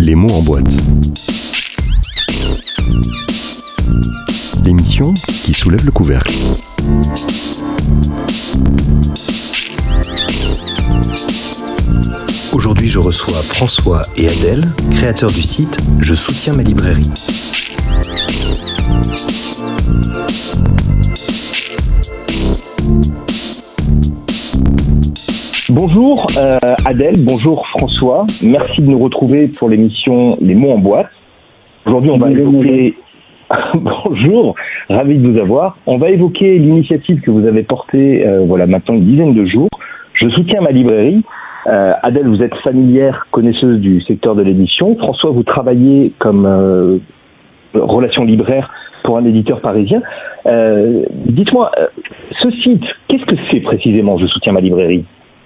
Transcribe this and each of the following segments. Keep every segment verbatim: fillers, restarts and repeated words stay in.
Les mots en boîte. L'émission qui soulève le couvercle. Aujourd'hui, je reçois François et Adèle, créateurs du site Je soutiens ma librairie. Bonjour euh, Adèle, bonjour François, merci de nous retrouver pour l'émission Les mots en boîte. Aujourd'hui on va évoquer... bonjour, ravi de vous avoir. On va évoquer l'initiative que vous avez portée euh, voilà, maintenant une dizaine de jours. Je soutiens ma librairie. Euh, Adèle, vous êtes familière, connaisseuse du secteur de l'édition. François, vous travaillez comme euh, relation libraire pour un éditeur parisien. Euh, dites-moi, euh, ce site, qu'est-ce que c'est précisément, Je soutiens ma librairie ?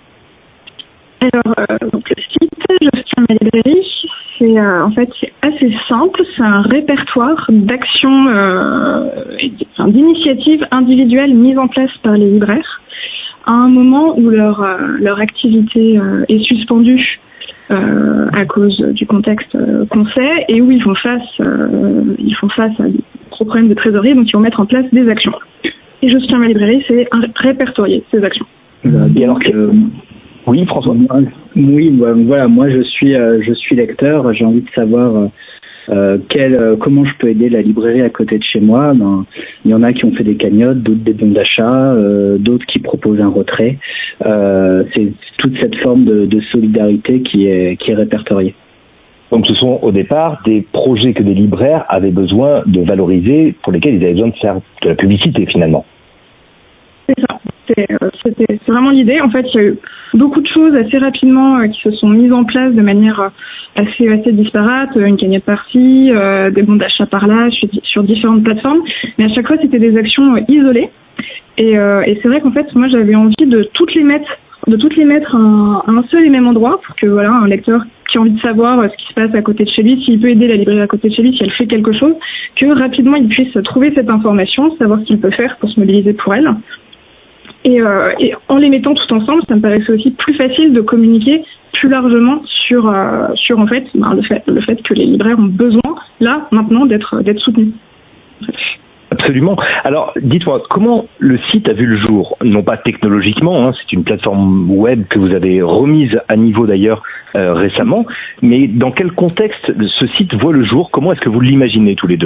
Alors, euh, donc le site Je soutiens ma librairie, c'est euh, en fait c'est assez simple, c'est un répertoire d'actions, euh, et, enfin, d'initiatives individuelles mises en place par les libraires à un moment où leur euh, leur activité euh, est suspendue euh, à cause du contexte euh, qu'on sait et où ils font face euh, ils font face à des gros problèmes de trésorerie, donc ils vont mettre en place des actions. Et Je soutiens ma librairie, c'est un répertorier ces actions. Euh, bien alors que Oui, François. Oui, voilà, moi je suis, euh, je suis lecteur, j'ai envie de savoir euh, quel, euh, comment je peux aider la librairie à côté de chez moi. Ben, il y en a qui ont fait des cagnottes, d'autres des bons d'achat, euh, d'autres qui proposent un retrait. Euh, c'est toute cette forme de, de solidarité qui est, qui est répertoriée. Donc ce sont au départ des projets que des libraires avaient besoin de valoriser, pour lesquels ils avaient besoin de faire de la publicité finalement. C'est ça. C'est, c'était, c'est vraiment l'idée. En fait, il y a eu beaucoup de choses assez rapidement euh, qui se sont mises en place de manière euh, assez, assez disparate. Une cagnotte par-ci, euh, des bons d'achat par-là, sur, sur différentes plateformes. Mais à chaque fois, c'était des actions euh, isolées. Et, euh, et c'est vrai qu'en fait, moi, j'avais envie de toutes les mettre, de toutes les mettre à un, à un seul et même endroit pour que voilà, un lecteur qui a envie de savoir euh, ce qui se passe à côté de chez lui, s'il peut aider la librairie à côté de chez lui, si elle fait quelque chose, que rapidement, il puisse trouver cette information, savoir ce qu'il peut faire pour se mobiliser pour elle. Et, euh, et en les mettant tout ensemble, ça me paraissait aussi plus facile de communiquer plus largement sur, euh, sur en fait, ben, le fait, le fait que les libraires ont besoin, là, maintenant, d'être, d'être soutenus. Absolument. Alors, dites-moi, comment le site a vu le jour ? Non pas technologiquement, hein, c'est une plateforme web que vous avez remise à niveau d'ailleurs euh, récemment, mais dans quel contexte ce site voit le jour ? Comment est-ce que vous l'imaginez tous les deux ?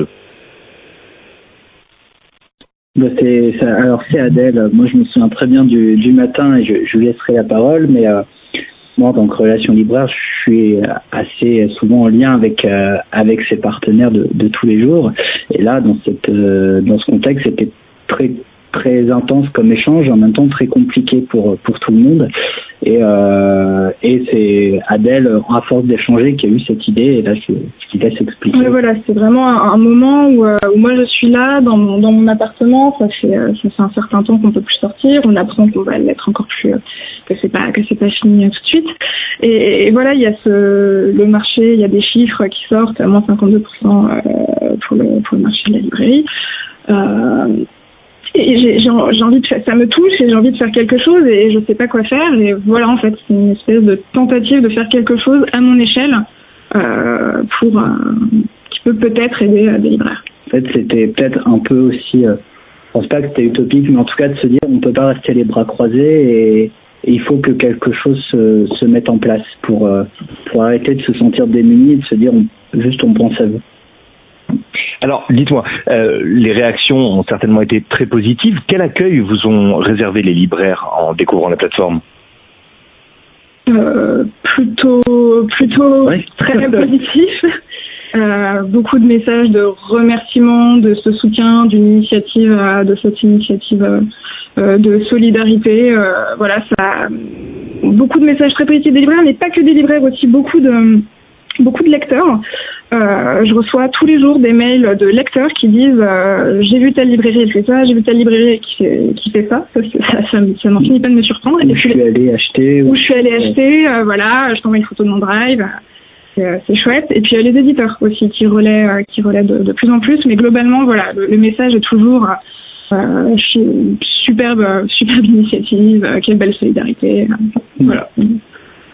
Bah c'est, ça, alors c'est Adèle, moi je me souviens très bien du, du matin et je, je lui laisserai la parole, mais euh, moi en tant que relation libraire, je suis assez souvent en lien avec euh, avec ses partenaires de, de tous les jours. Et là, dans cette euh, dans ce contexte, c'était très très intense comme échange, en même temps très compliqué pour pour tout le monde. Et euh, et c'est Adèle, à force d'échanger, qui a eu cette idée. Et là, je, je laisse expliquer. Oui, voilà, c'est vraiment un, un moment où, euh, où moi je suis là dans mon dans mon appartement. Ça fait euh, ça fait un certain temps qu'on peut plus sortir. On apprend qu'on va l'être encore plus, euh, que c'est pas que c'est pas fini tout de suite. Et, et voilà, il y a ce le marché, il y a des chiffres qui sortent à moins cinquante-deux pour cent euh, pour le pour le marché de la librairie. Euh, Et j'ai, j'ai, j'ai envie de faire, ça me touche et j'ai envie de faire quelque chose et je sais pas quoi faire. Et voilà, en fait, c'est une espèce de tentative de faire quelque chose à mon échelle euh, pour euh, qui peut peut-être aider euh, des libraires. En fait, c'était peut-être un peu aussi, euh, je pense pas que c'était utopique, mais en tout cas de se dire, on peut pas rester les bras croisés et, et il faut que quelque chose se, se mette en place pour euh, pour arrêter de se sentir démuni et de se dire, on, juste on pense à vous. Alors, dites-moi, euh, les réactions ont certainement été très positives. Quel accueil vous ont réservé les libraires en découvrant la plateforme ? euh, Plutôt, plutôt oui. Très positif. Euh, beaucoup de messages de remerciements, de ce soutien, d'une initiative, euh, de cette initiative euh, de solidarité. Euh, voilà, ça, beaucoup de messages très positifs des libraires, mais pas que des libraires, aussi beaucoup de beaucoup de lecteurs. Euh, je reçois tous les jours des mails de lecteurs qui disent euh, j'ai vu telle librairie elle fait ça, j'ai vu telle librairie qui fait, qui fait ça. Ça, ça, ça, ça n'en finit pas de me surprendre. Où et je suis allée acheter. Où je suis allée acheter, euh, voilà, je t'envoie une photo de mon drive. C'est, euh, c'est chouette. Et puis euh, les éditeurs aussi qui relaient, euh, qui relaient de, de plus en plus. Mais globalement, voilà, le, le message est toujours euh, superbe, superbe initiative, euh, quelle belle solidarité. Euh, voilà.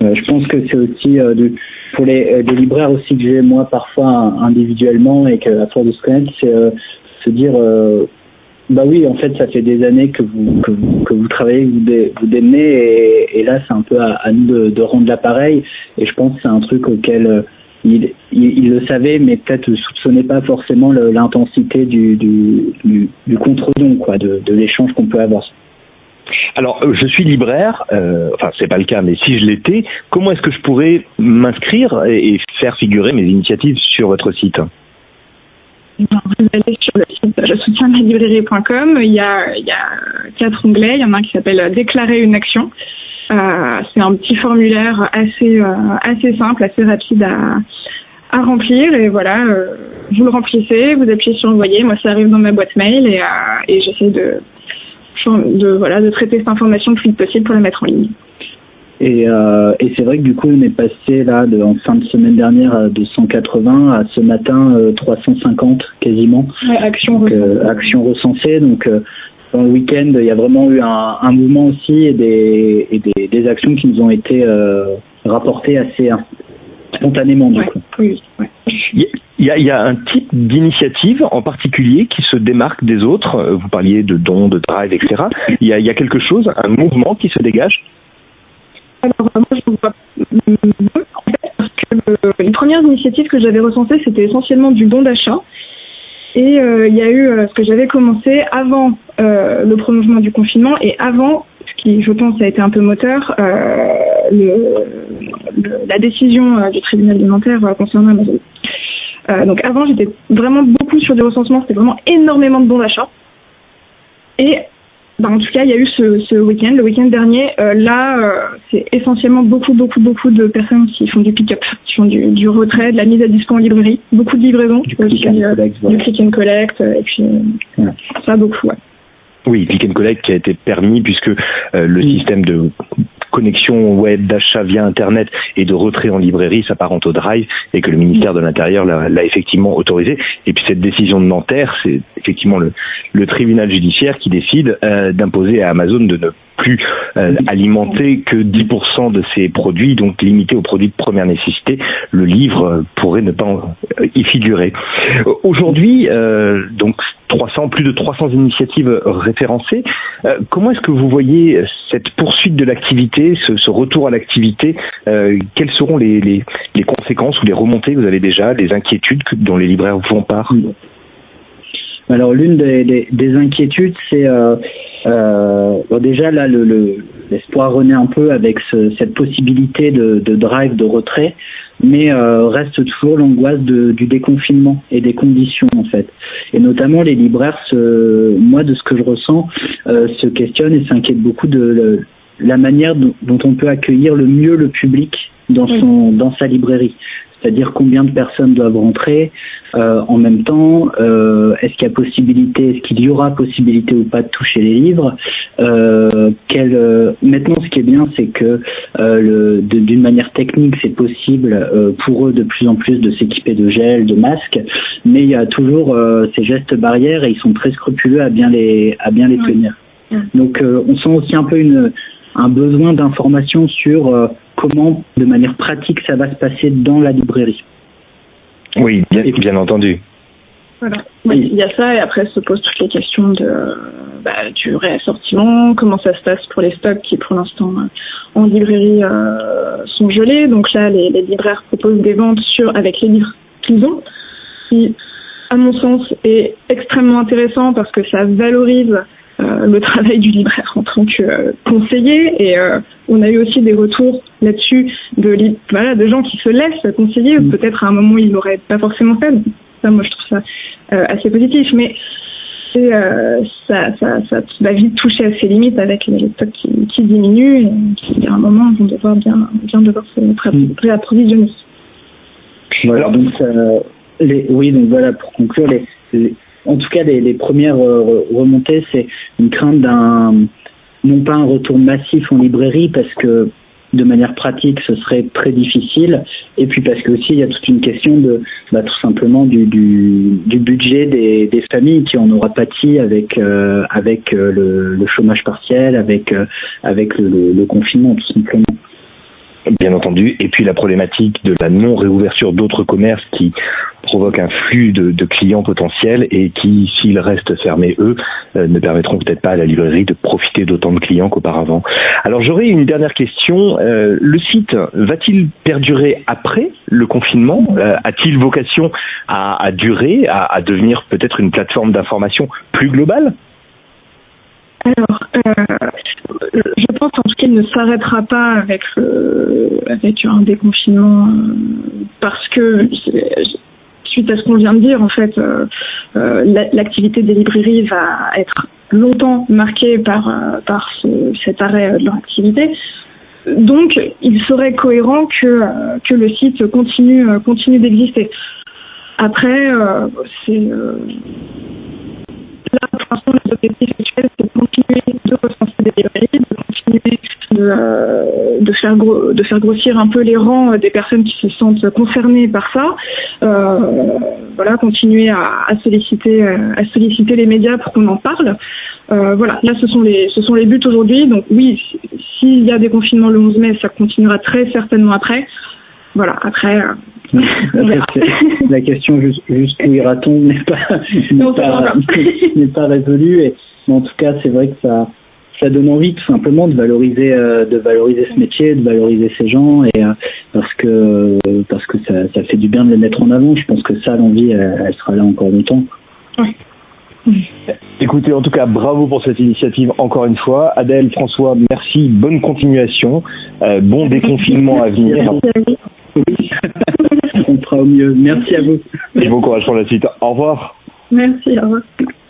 Euh, je pense que c'est aussi euh, de, pour les, les libraires aussi que j'ai moi parfois individuellement et qu'à force de se connaître, c'est euh, se dire euh, bah oui, en fait ça fait des années que vous que vous, que vous travaillez, que vous, dé, vous démenez et, et là c'est un peu à, à nous de, de rendre l'appareil, et je pense que c'est un truc auquel euh, il, il, il le savait mais peut-être ne soupçonnait pas forcément le, l'intensité du, du, du, du contre-don, quoi, de, de l'échange qu'on peut avoir. Alors, je suis libraire, euh, enfin c'est pas le cas, mais si je l'étais, comment est-ce que je pourrais m'inscrire et, et faire figurer mes initiatives sur votre site ? Vous allez sur le site je soutiens ma librairie point com, il y a, il y a quatre onglets, il y en a un qui s'appelle Déclarer une action. Euh, c'est un petit formulaire assez, euh, assez simple, assez rapide à, à remplir, et voilà, euh, vous le remplissez, vous appuyez sur envoyer, moi ça arrive dans ma boîte mail, et, euh, et j'essaie de, de, voilà, de traiter cette information le plus vite possible pour la mettre en ligne. Et, euh, et c'est vrai que du coup on est passé là de, en fin de semaine dernière de cent quatre-vingts à ce matin euh, trois cent cinquante quasiment. Ouais, action donc, recensée. Euh, action recensée. Donc euh, dans le week-end il y a vraiment eu un, un mouvement aussi et des, et des, des actions qui nous ont été euh, rapportées assez spontanément du ouais, coup. Oui, ouais. Il y, a, il y a un type d'initiative en particulier qui se démarque des autres. Vous parliez de dons, de drive, et cetera. Il y a, il y a quelque chose, un mouvement qui se dégage ? Alors, moi, je vois deux, en fait, parce que le, les premières initiatives que j'avais recensées, c'était essentiellement du don d'achat. Et euh, il y a eu euh, ce que j'avais commencé avant euh, le prolongement du confinement et avant, ce qui, je pense, a été un peu moteur, euh, le, le, la décision euh, du tribunal alimentaire euh, concernant Amazon. Euh, donc avant, j'étais vraiment beaucoup sur du recensement, c'était vraiment énormément de dons d'achat. Et bah, en tout cas, il y a eu ce, ce week-end, le week-end dernier. Euh, là, euh, c'est essentiellement beaucoup, beaucoup, beaucoup de personnes qui font du pick-up, qui font du, du retrait, de la mise à dispo en librairie, beaucoup de livraisons, Du click and euh, collect, du click and collect, et puis euh, ouais. ça beaucoup, ouais. Oui, click and collect qui a été permis puisque euh, le oui. système de connexion web, d'achat via Internet et de retrait en librairie s'apparente au drive et que le ministère de l'Intérieur l'a, l'a effectivement autorisé. Et puis cette décision de Nanterre, c'est effectivement le, le tribunal judiciaire qui décide euh, d'imposer à Amazon de ne plus euh, alimenter que dix pour cent de ses produits, donc limité aux produits de première nécessité. Le livre euh, pourrait ne pas en, euh, y figurer. Aujourd'hui, euh, donc trois cents, plus de trois cents initiatives référencées. Euh, comment est-ce que vous voyez cette poursuite de l'activité, ce, ce retour à l'activité euh, Quelles seront les, les, les conséquences ou les remontées que vous avez déjà, les inquiétudes que, dont les libraires vous font part ? Alors l'une des, des, des inquiétudes, c'est euh, euh, bon, déjà là le, le, l'espoir renaît un peu avec ce, cette possibilité de, de drive, de retrait, mais euh, reste toujours l'angoisse de, du déconfinement et des conditions en fait. Et notamment les libraires, se, moi de ce que je ressens, euh, se questionnent et s'inquiètent beaucoup de le, la manière dont, dont on peut accueillir le mieux le public dans son dans sa librairie. C'est-à-dire combien de personnes doivent rentrer euh, en même temps, euh, est-ce qu'il y a possibilité, est-ce qu'il y aura possibilité ou pas de toucher les livres. Euh, quel, euh, maintenant, ce qui est bien, c'est que euh, le, de, d'une manière technique, c'est possible euh, pour eux de plus en plus de s'équiper de gel, de masques, mais il y a toujours euh, ces gestes barrières et ils sont très scrupuleux à bien les à bien les oui. tenir. Oui. Donc, euh, on sent aussi un peu une un besoin d'information sur euh, comment, de manière pratique, ça va se passer dans la librairie. Oui, bien, bien entendu. Voilà. Oui, il y a ça, et après se posent toutes les questions de, bah, du réassortiment, comment ça se passe pour les stocks qui, pour l'instant, en librairie, euh, sont gelés. Donc là, les, les libraires proposent des ventes sur, avec les livres qu'ils ont, qui, à mon sens, est extrêmement intéressant parce que ça valorise Euh, le travail du libraire en tant que euh, conseiller, et euh, on a eu aussi des retours là-dessus de, voilà, de gens qui se laissent conseiller, mmh. peut-être à un moment ils l'auraient pas forcément fait. Ça, moi je trouve ça euh, assez positif, mais c'est, euh, ça, ça, ça va vite toucher à ses limites avec les stocks qui, qui diminuent et qui à un moment vont devoir bien, bien devoir se mmh. réapprovisionner. Voilà, donc euh, les, oui, donc voilà, pour conclure, les, les en tout cas, les, les premières euh, remontées, c'est une crainte d'un, non pas un retour massif en librairie, parce que de manière pratique, ce serait très difficile, et puis parce que aussi il y a toute une question de, bah, tout simplement du, du, du budget des, des familles qui en aura pâti avec euh, avec euh, le, le chômage partiel, avec euh, avec le, le, le confinement, tout simplement. Bien entendu. Et puis la problématique de la non-réouverture d'autres commerces qui provoque un flux de, de clients potentiels et qui, s'ils restent fermés, eux, euh, ne permettront peut-être pas à la librairie de profiter d'autant de clients qu'auparavant. Alors j'aurais une dernière question. Euh, le site va-t-il perdurer après le confinement ? euh, A-t-il vocation à, à durer, à, à devenir peut-être une plateforme d'information plus globale ? Alors, euh, je pense en tout cas qu'il ne s'arrêtera pas avec, euh, avec un déconfinement euh, parce que suite à ce qu'on vient de dire, en fait, euh, euh, l'activité des librairies va être longtemps marquée par, euh, par ce, cet arrêt de leur activité. Donc, il serait cohérent que, euh, que le site continue, euh, continue d'exister. Après, euh, c'est... Euh, là, pour l'instant, les objectifs actuels, c'est de continuer de recenser des librairies, de continuer de, euh, de, faire gros, de faire grossir un peu les rangs des personnes qui se sentent concernées par ça. Euh, voilà, continuer à, à solliciter, à solliciter les médias pour qu'on en parle. Euh, voilà, là, ce sont les, ce sont les buts aujourd'hui. Donc oui, s'il y a des confinements le onze mai, ça continuera très certainement après. Voilà, après... Euh, la question juste, juste où ira-t-on n'est pas, n'est pas, n'est pas résolue. Et, mais en tout cas, c'est vrai que ça, ça donne envie tout simplement de valoriser, euh, de valoriser ce métier, de valoriser ces gens, et euh, parce que parce que ça, ça fait du bien de les mettre en avant. Je pense que ça, l'envie, elle, elle sera là encore longtemps. Oui. Écoutez, en tout cas, bravo pour cette initiative encore une fois. Adèle, François, merci, bonne continuation, euh, bon déconfinement à venir. On fera au mieux. Merci à vous. Et bon courage pour la suite. Au revoir. Merci, au revoir.